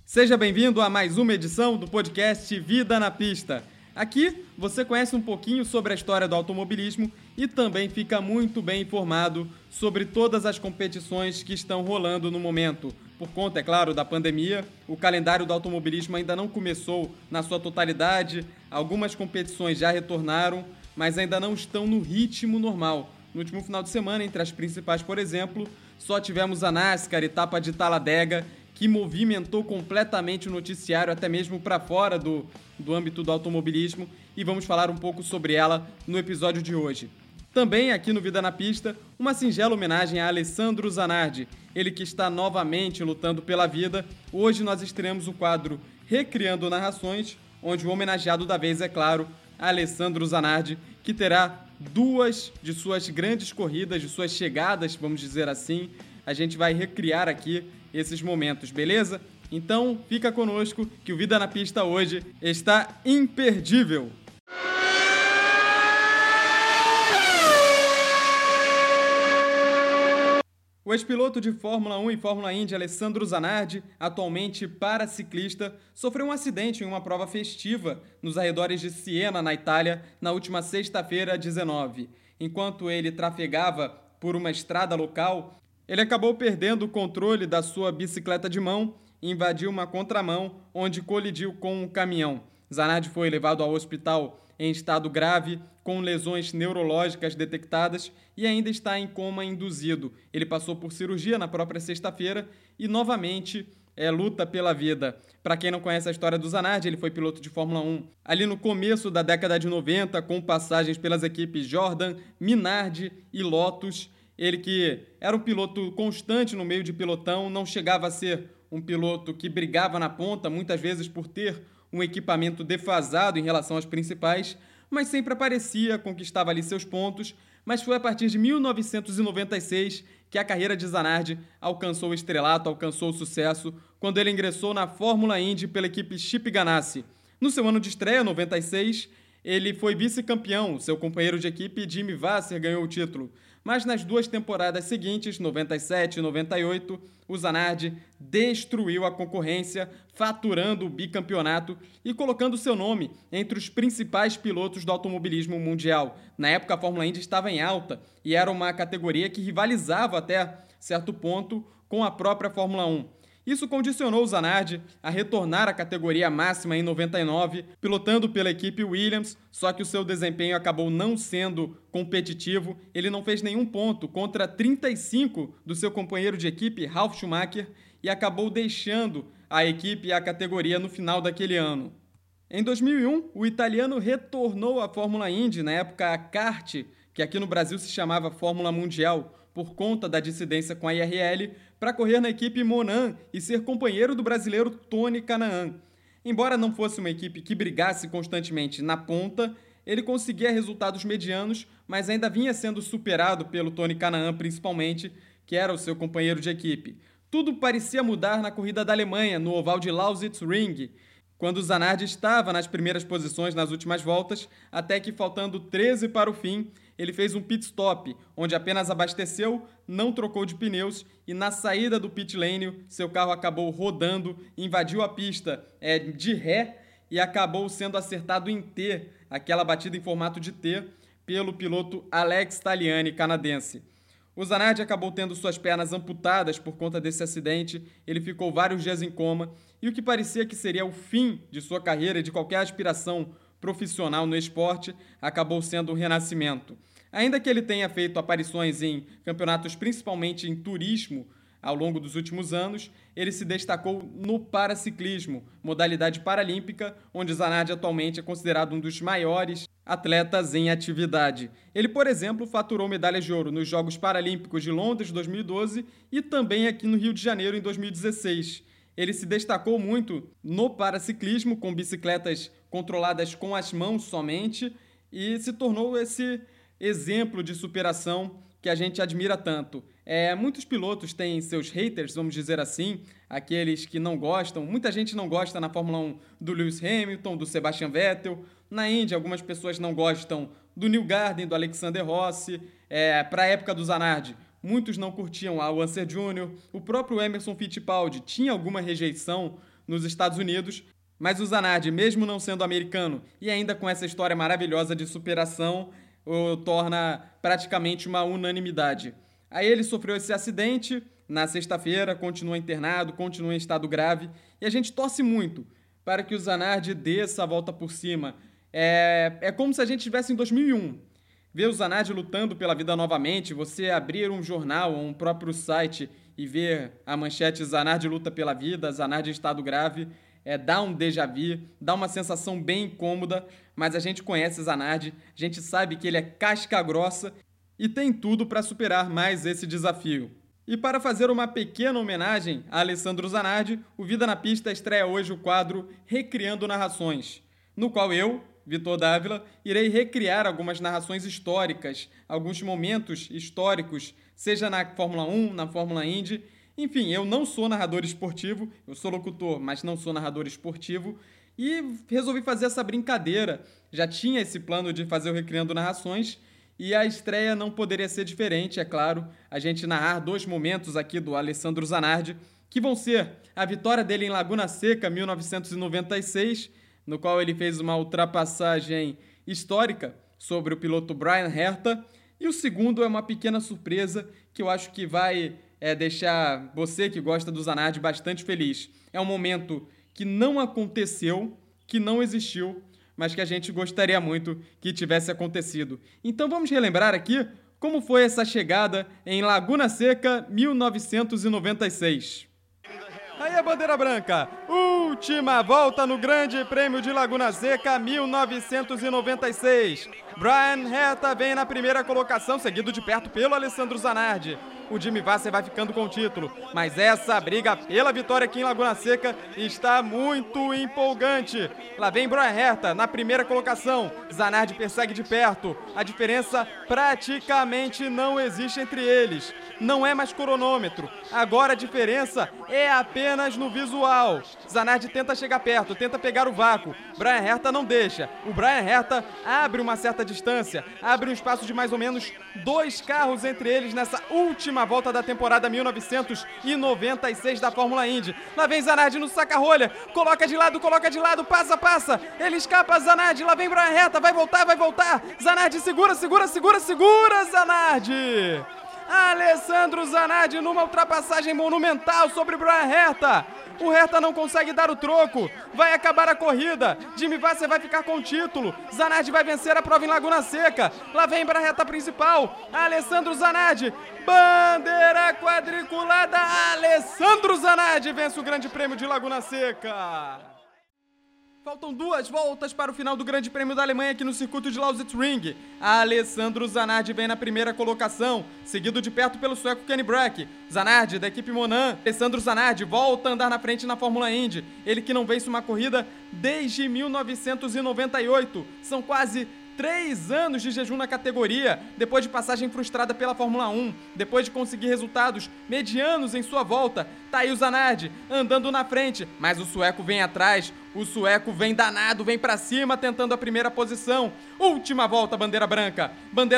Seja bem-vindo a mais uma edição do podcast Vida na Pista. Aqui você conhece um pouquinho sobre a história do automobilismo e também fica muito bem informado sobre todas as competições que estão rolando no momento. Por conta, é claro, da pandemia, o calendário do automobilismo ainda não começou na sua totalidade, algumas competições já retornaram, mas ainda não estão no ritmo normal. No último final de semana, entre as principais, por exemplo, só tivemos a NASCAR, etapa de Talladega, que movimentou completamente o noticiário, até mesmo para fora do âmbito do automobilismo, e vamos falar um pouco sobre ela no episódio de hoje. Também aqui no Vida na Pista, uma singela homenagem a Alessandro Zanardi, ele que está novamente lutando pela vida. Hoje nós estreamos o quadro Recriando Narrações, onde o homenageado da vez é, claro, Alessandro Zanardi, que terá duas de suas grandes corridas, de suas chegadas, vamos dizer assim. A gente vai recriar aqui esses momentos, beleza? Então, fica conosco que o Vida na Pista hoje está imperdível! O ex-piloto de Fórmula 1 e Fórmula Indy, Alessandro Zanardi, atualmente paraciclista, sofreu um acidente em uma prova festiva nos arredores de Siena, na Itália, na última sexta-feira, 19. Enquanto ele trafegava por uma estrada local, ele acabou perdendo o controle da sua bicicleta de mão e invadiu uma contramão, onde colidiu com um caminhão. Zanardi foi levado ao hospital em estado grave, com lesões neurológicas detectadas e ainda está em coma induzido. Ele passou por cirurgia na própria sexta-feira e novamente luta pela vida. Para quem não conhece a história do Zanardi, ele foi piloto de Fórmula 1 ali no começo da década de 90, com passagens pelas equipes Jordan, Minardi e Lotus. Ele que era um piloto constante no meio de pelotão, não chegava a ser um piloto que brigava na ponta, muitas vezes por ter um equipamento defasado em relação aos principais, mas sempre aparecia, conquistava ali seus pontos. Mas foi a partir de 1996 que a carreira de Zanardi alcançou o estrelato, alcançou o sucesso, quando ele ingressou na Fórmula Indy pela equipe Chip Ganassi. No seu ano de estreia, 96, ele foi vice-campeão, seu companheiro de equipe Jimmy Vasser ganhou o título. Mas nas duas temporadas seguintes, 97 e 98, o Zanardi destruiu a concorrência, faturando o bicampeonato e colocando seu nome entre os principais pilotos do automobilismo mundial. Na época, a Fórmula Indy estava em alta e era uma categoria que rivalizava até certo ponto com a própria Fórmula 1. Isso condicionou o Zanardi a retornar à categoria máxima em 99, pilotando pela equipe Williams, só que o seu desempenho acabou não sendo competitivo. Ele não fez nenhum ponto contra 35 do seu companheiro de equipe, Ralf Schumacher, e acabou deixando a equipe e a categoria no final daquele ano. Em 2001, o italiano retornou à Fórmula Indy, na época a kart, que aqui no Brasil se chamava Fórmula Mundial, por conta da dissidência com a IRL, para correr na equipe Monan e ser companheiro do brasileiro Tony Kanaan. Embora não fosse uma equipe que brigasse constantemente na ponta, ele conseguia resultados medianos, mas ainda vinha sendo superado pelo Tony Kanaan principalmente, que era o seu companheiro de equipe. Tudo parecia mudar na corrida da Alemanha, no oval de Lausitzring, quando Zanardi estava nas primeiras posições nas últimas voltas, até que, faltando 13 para o fim, ele fez um pit stop, onde apenas abasteceu, não trocou de pneus e na saída do pit lane, seu carro acabou rodando, invadiu a pista de ré e acabou sendo acertado em T, aquela batida em formato de T, pelo piloto Alex Tagliani, canadense. O Zanardi acabou tendo suas pernas amputadas por conta desse acidente, ele ficou vários dias em coma e o que parecia que seria o fim de sua carreira e de qualquer aspiração profissional no esporte acabou sendo um renascimento. Ainda que ele tenha feito aparições em campeonatos, principalmente em turismo, ao longo dos últimos anos, ele se destacou no paraciclismo, modalidade paralímpica, onde Zanardi atualmente é considerado um dos maiores atletas em atividade. Ele, por exemplo, faturou medalhas de ouro nos Jogos Paralímpicos de Londres 2012 e também aqui no Rio de Janeiro em 2016. Ele se destacou muito no paraciclismo, com bicicletas controladas com as mãos somente, e se tornou esse exemplo de superação que a gente admira tanto. Muitos pilotos têm seus haters, vamos dizer assim, aqueles que não gostam. Muita gente não gosta na Fórmula 1 do Lewis Hamilton, do Sebastian Vettel. Na Indy, algumas pessoas não gostam do Newgarden, do Alexander Rossi. Para a época do Zanardi, muitos não curtiam Al Unser Jr. O próprio Emerson Fittipaldi tinha alguma rejeição nos Estados Unidos, mas o Zanardi, mesmo não sendo americano e ainda com essa história maravilhosa de superação, o torna praticamente uma unanimidade. Aí ele sofreu esse acidente na sexta-feira, continua internado, continua em estado grave, e a gente torce muito para que o Zanardi dê essa volta por cima. É como se a gente estivesse em 2001. Ver o Zanardi lutando pela vida novamente, você abrir um jornal ou um próprio site e ver a manchete Zanardi luta pela vida, Zanardi em estado grave, dá um déjà vu, dá uma sensação bem incômoda, mas a gente conhece Zanardi, a gente sabe que ele é casca grossa e tem tudo para superar mais esse desafio. E para fazer uma pequena homenagem a Alessandro Zanardi, o Vida na Pista estreia hoje o quadro Recriando Narrações, no qual eu, Vitor Dávila, irei recriar algumas narrações históricas, alguns momentos históricos, seja na Fórmula 1, na Fórmula Indy. Enfim, eu não sou narrador esportivo, eu sou locutor, mas não sou narrador esportivo, e resolvi fazer essa brincadeira. Já tinha esse plano de fazer o Recriando Narrações, e a estreia não poderia ser diferente, é claro, a gente narrar dois momentos aqui do Alessandro Zanardi, que vão ser a vitória dele em Laguna Seca, 1996, no qual ele fez uma ultrapassagem histórica sobre o piloto Bryan Herta, e o segundo é uma pequena surpresa que eu acho que vai deixar você que gosta do Zanardi bastante feliz. É um momento que não aconteceu, que não existiu, mas que a gente gostaria muito que tivesse acontecido. Então vamos relembrar aqui como foi essa chegada em Laguna Seca, 1996. Aí a bandeira branca, última volta no Grande Prêmio de Laguna Seca, 1996. Bryan Herta vem na primeira colocação, seguido de perto pelo Alessandro Zanardi. O Jimmy Vasser vai ficando com o título, mas essa briga pela vitória aqui em Laguna Seca está muito empolgante. Lá vem Bryan Herta na primeira colocação, Zanardi persegue de perto, a diferença praticamente não existe entre eles. Não é mais cronômetro, agora a diferença é apenas no visual. Zanardi tenta chegar perto, tenta pegar o vácuo, Bryan Herta não deixa. O Bryan Herta abre uma certa distância, abre um espaço de mais ou menos 2 carros entre eles nessa última volta da temporada 1996 da Fórmula Indy. Lá vem Zanardi no saca-rolha, coloca de lado, passa, ele escapa, Zanardi, lá vem Bryan Herta, vai voltar, Zanardi segura, Zanardi! Alessandro Zanardi numa ultrapassagem monumental sobre Bryan Herta. O Herta não consegue dar o troco. Vai acabar a corrida. Jimmy Vasser vai ficar com o título. Zanardi vai vencer a prova em Laguna Seca. Lá vem para a reta principal. Alessandro Zanardi. Bandeira quadriculada. Alessandro Zanardi vence o Grande Prêmio de Laguna Seca. Faltam 2 voltas para o final do Grande Prêmio da Alemanha aqui no circuito de Lausitzring. Alessandro Zanardi vem na primeira colocação, seguido de perto pelo sueco Kenny Brack. Zanardi, da equipe Monan. Alessandro Zanardi volta a andar na frente na Fórmula Indy. Ele que não vence uma corrida desde 1998. São quase 3 anos de jejum na categoria, depois de passagem frustrada pela Fórmula 1, depois de conseguir resultados medianos em sua volta. Tá aí o Zanardi andando na frente, mas o sueco vem atrás, o sueco vem danado, vem pra cima tentando a primeira posição. Última volta, bandeira branca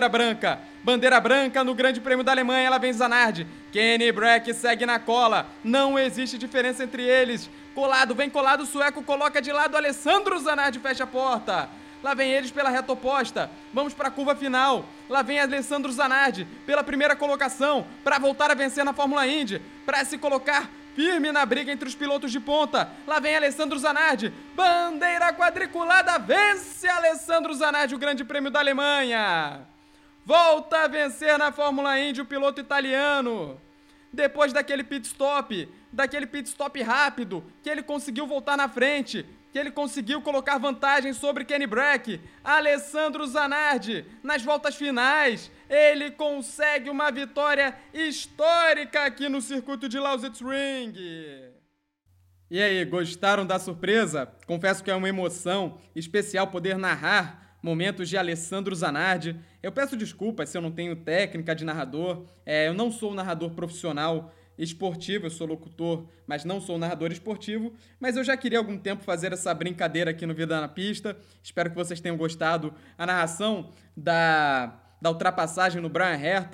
no Grande Prêmio da Alemanha, ela vem Zanardi. Kenny Brack segue na cola, não existe diferença entre eles. Vem colado, o sueco coloca de lado, Alessandro Zanardi fecha a porta. Lá vem eles pela reta oposta. Vamos para a curva final. Lá vem Alessandro Zanardi pela primeira colocação para voltar a vencer na Fórmula Indy, para se colocar firme na briga entre os pilotos de ponta. Lá vem Alessandro Zanardi. Bandeira quadriculada, vence Alessandro Zanardi o Grande Prêmio da Alemanha. Volta a vencer na Fórmula Indy o piloto italiano. Depois daquele pit stop rápido, que ele conseguiu voltar na frente, que ele conseguiu colocar vantagem sobre Kenny Brack, Alessandro Zanardi, nas voltas finais, ele consegue uma vitória histórica aqui no circuito de Lausitzring. E aí, gostaram da surpresa? Confesso que é uma emoção especial poder narrar momentos de Alessandro Zanardi. Eu peço desculpas se eu não tenho técnica de narrador, eu não sou um narrador profissional esportivo, eu sou locutor, mas não sou narrador esportivo, mas eu já queria há algum tempo fazer essa brincadeira aqui no Vida na Pista. Espero que vocês tenham gostado. A narração da ultrapassagem no Bryan Herta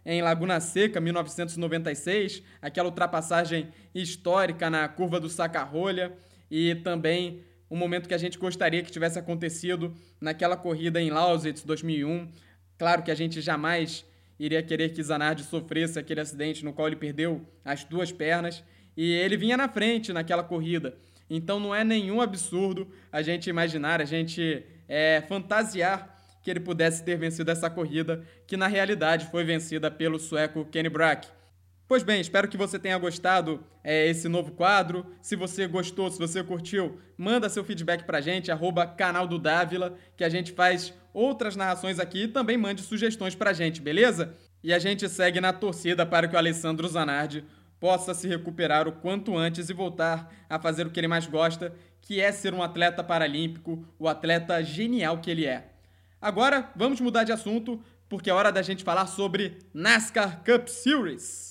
em Laguna Seca, 1996, aquela ultrapassagem histórica na curva do Saca-Rolha, e também um momento que a gente gostaria que tivesse acontecido naquela corrida em Lausitz, 2001. Claro que a gente jamais iria querer que Zanardi sofresse aquele acidente no qual ele perdeu as 2 pernas, e ele vinha na frente naquela corrida. Então não é nenhum absurdo a gente imaginar, a gente fantasiar que ele pudesse ter vencido essa corrida, que na realidade foi vencida pelo sueco Kenny Brack. Pois bem, espero que você tenha gostado esse novo quadro. Se você gostou, se você curtiu, manda seu feedback pra gente, @canal do Dávila, que a gente faz outras narrações aqui, e também mande sugestões pra gente, beleza? E a gente segue na torcida para que o Alessandro Zanardi possa se recuperar o quanto antes e voltar a fazer o que ele mais gosta, que é ser um atleta paralímpico, o atleta genial que ele é. Agora, vamos mudar de assunto, porque é hora da gente falar sobre NASCAR Cup Series.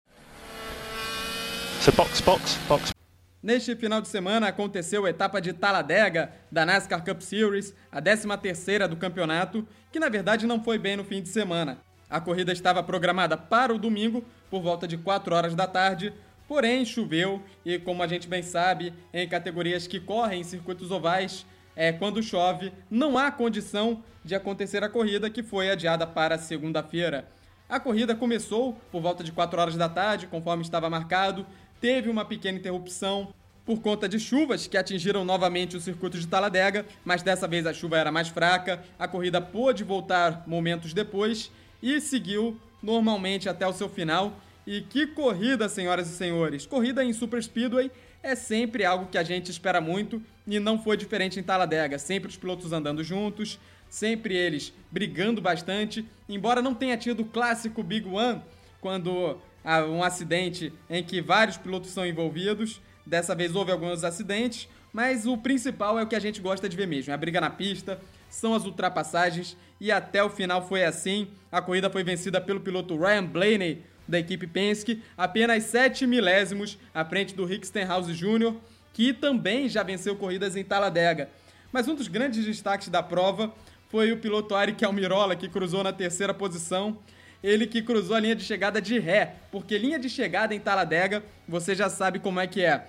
Box. Neste final de semana aconteceu a etapa de Talladega da NASCAR Cup Series, a 13ª do campeonato, que na verdade não foi bem no fim de semana. A corrida estava programada para o domingo, por volta de 4 horas da tarde, porém choveu e, como a gente bem sabe, em categorias que correm em circuitos ovais, quando chove, não há condição de acontecer a corrida, que foi adiada para segunda-feira. A corrida começou por volta de 4 horas da tarde, conforme estava marcado. Teve uma pequena interrupção por conta de chuvas que atingiram novamente o circuito de Talladega, mas dessa vez a chuva era mais fraca, a corrida pôde voltar momentos depois e seguiu normalmente até o seu final. E que corrida, senhoras e senhores! Corrida em Super Speedway é sempre algo que a gente espera muito, e não foi diferente em Talladega. Sempre os pilotos andando juntos, sempre eles brigando bastante, embora não tenha tido o clássico Big One, quando há um acidente em que vários pilotos são envolvidos. Dessa vez houve alguns acidentes, mas o principal é o que a gente gosta de ver mesmo, é a briga na pista, são as ultrapassagens, e até o final foi assim. A corrida foi vencida pelo piloto Ryan Blaney, da equipe Penske, apenas 7 milésimos à frente do Rick Stenhouse Jr., que também já venceu corridas em Talladega. Mas um dos grandes destaques da prova foi o piloto Aric Almirola, que cruzou na 3ª posição. Ele que cruzou a linha de chegada de ré, porque linha de chegada em Talladega, você já sabe como é que é.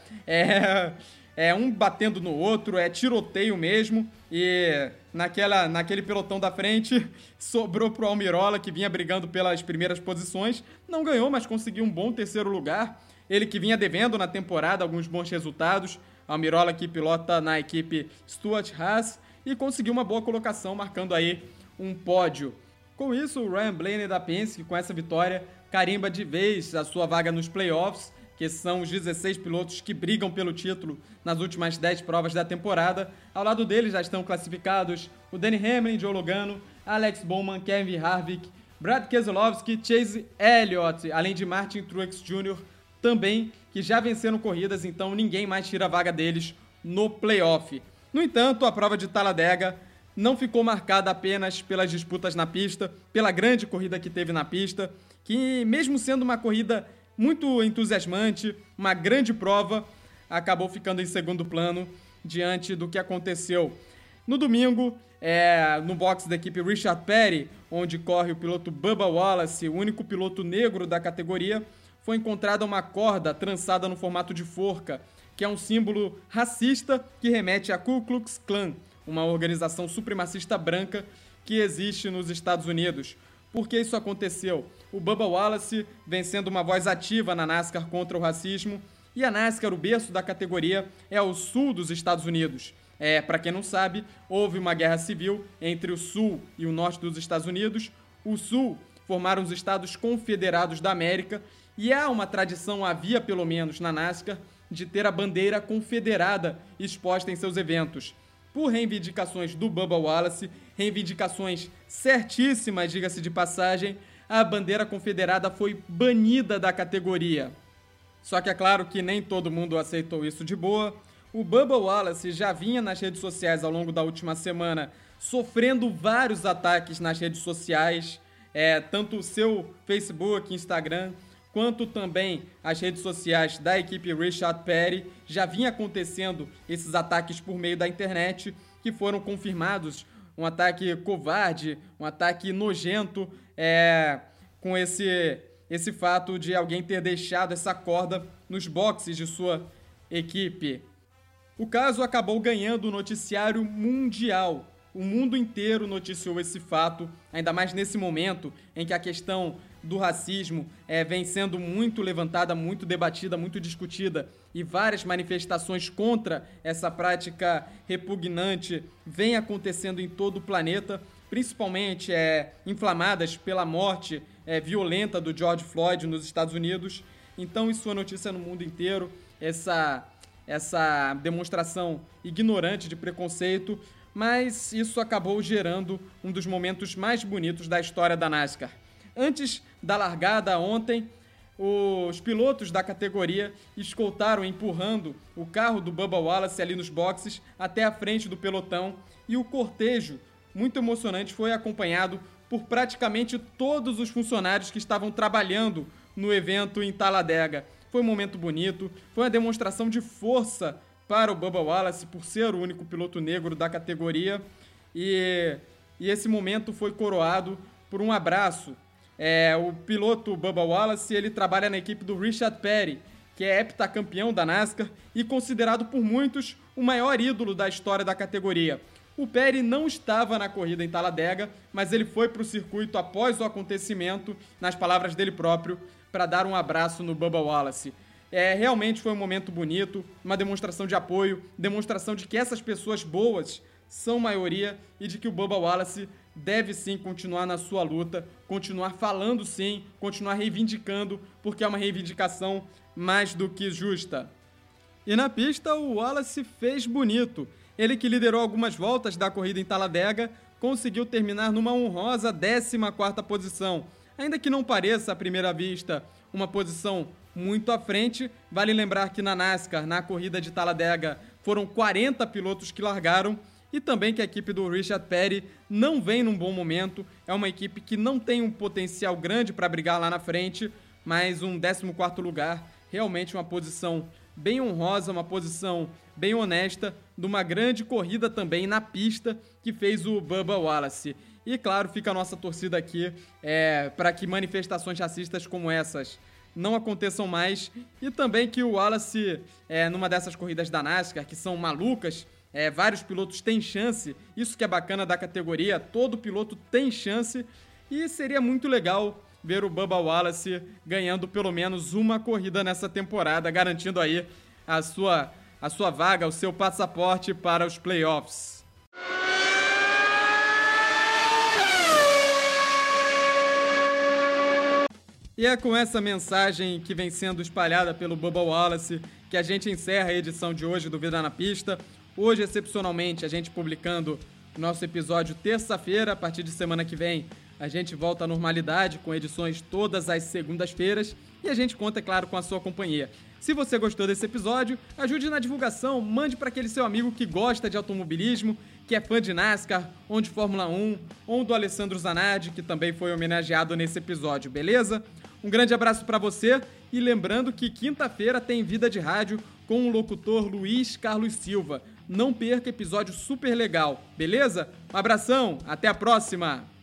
É um batendo no outro, é tiroteio mesmo, e naquele pelotão da frente sobrou pro Almirola, que vinha brigando pelas primeiras posições. Não ganhou, mas conseguiu um bom 3º lugar. Ele que vinha devendo na temporada alguns bons resultados. Almirola que pilota na equipe Stewart-Haas e conseguiu uma boa colocação, marcando aí um pódio. Com isso, o Ryan Blaney da Penske, com essa vitória, carimba de vez a sua vaga nos playoffs, que são os 16 pilotos que brigam pelo título nas últimas 10 provas da temporada. Ao lado deles já estão classificados o Denny Hamlin, Joe Logano, Alex Bowman, Kevin Harvick, Brad Keselowski, Chase Elliott, além de Martin Truex Jr., também, que já venceram corridas, então ninguém mais tira a vaga deles no playoff. No entanto, a prova de Talladega não ficou marcada apenas pelas disputas na pista, pela grande corrida que teve na pista, que mesmo sendo uma corrida muito entusiasmante, uma grande prova, acabou ficando em segundo plano diante do que aconteceu no domingo, no box da equipe Richard Petty, onde corre o piloto Bubba Wallace, o único piloto negro da categoria. Foi encontrada uma corda trançada no formato de forca, que é um símbolo racista que remete à Ku Klux Klan, uma organização supremacista branca que existe nos Estados Unidos. Por que isso aconteceu? O Bubba Wallace vem sendo uma voz ativa na NASCAR contra o racismo, e a NASCAR, o berço da categoria, é ao sul dos Estados Unidos. Para quem não sabe, houve uma guerra civil entre o sul e o norte dos Estados Unidos. O sul formaram os Estados Confederados da América, e há uma tradição, havia pelo menos na NASCAR, de ter a bandeira confederada exposta em seus eventos. Por reivindicações do Bubba Wallace, reivindicações certíssimas, diga-se de passagem, a bandeira confederada foi banida da categoria. Só que é claro que nem todo mundo aceitou isso de boa. O Bubba Wallace já vinha nas redes sociais ao longo da última semana sofrendo vários ataques nas redes sociais, tanto o seu Facebook, Instagram, quanto também as redes sociais da equipe Richard Petty. Já vinha acontecendo esses ataques por meio da internet, que foram confirmados, um ataque covarde, um ataque nojento, com esse fato de alguém ter deixado essa corda nos boxes de sua equipe. O caso acabou ganhando o noticiário mundial. O mundo inteiro noticiou esse fato, ainda mais nesse momento em que a questão do racismo vem sendo muito levantada, muito debatida, muito discutida, e várias manifestações contra essa prática repugnante vêm acontecendo em todo o planeta, principalmente inflamadas pela morte violenta do George Floyd nos Estados Unidos. Então isso é notícia no mundo inteiro, essa demonstração ignorante de preconceito, mas isso acabou gerando um dos momentos mais bonitos da história da NASCAR. Antes da largada ontem, os pilotos da categoria escoltaram empurrando o carro do Bubba Wallace ali nos boxes até a frente do pelotão, e o cortejo, muito emocionante, foi acompanhado por praticamente todos os funcionários que estavam trabalhando no evento em Talladega. Foi um momento bonito, foi uma demonstração de força para o Bubba Wallace por ser o único piloto negro da categoria, e esse momento foi coroado por um abraço. O piloto Bubba Wallace, ele trabalha na equipe do Richard Petty, que é heptacampeão da NASCAR e considerado por muitos o maior ídolo da história da categoria. O Petty não estava na corrida em Talladega, mas ele foi para o circuito após o acontecimento, nas palavras dele próprio, para dar um abraço no Bubba Wallace. Realmente foi um momento bonito, uma demonstração de apoio, demonstração de que essas pessoas boas são maioria e de que o Bubba Wallace deve sim continuar na sua luta, continuar falando sim, continuar reivindicando, porque é uma reivindicação mais do que justa. E na pista o Wallace fez bonito. Ele, que liderou algumas voltas da corrida em Talladega, conseguiu terminar numa honrosa 14ª posição. Ainda que não pareça à primeira vista uma posição muito à frente, vale lembrar que na NASCAR, na corrida de Talladega, foram 40 pilotos que largaram, e também que a equipe do Richard Petty não vem num bom momento, é uma equipe que não tem um potencial grande para brigar lá na frente, mas um 14º lugar, realmente uma posição bem honrosa, uma posição bem honesta, de uma grande corrida também na pista que fez o Bubba Wallace. E claro, fica a nossa torcida aqui para que manifestações racistas como essas não aconteçam mais, e também que o Wallace, numa dessas corridas da NASCAR, que são malucas, vários pilotos têm chance, isso que é bacana da categoria, todo piloto tem chance, e seria muito legal ver o Bubba Wallace ganhando pelo menos uma corrida nessa temporada, garantindo aí a sua vaga, o seu passaporte para os playoffs. E é com essa mensagem que vem sendo espalhada pelo Bubba Wallace que a gente encerra a edição de hoje do Vida na Pista. Hoje, excepcionalmente, a gente publicando nosso episódio terça-feira. A partir de semana que vem, a gente volta à normalidade com edições todas as segundas-feiras. E a gente conta, é claro, com a sua companhia. Se você gostou desse episódio, ajude na divulgação, mande para aquele seu amigo que gosta de automobilismo, que é fã de NASCAR, ou de Fórmula 1, ou do Alessandro Zanardi, que também foi homenageado nesse episódio, beleza? Um grande abraço para você, e lembrando que quinta-feira tem Vida de Rádio com o locutor Luiz Carlos Silva. Não perca, episódio super legal, beleza? Um abração, até a próxima!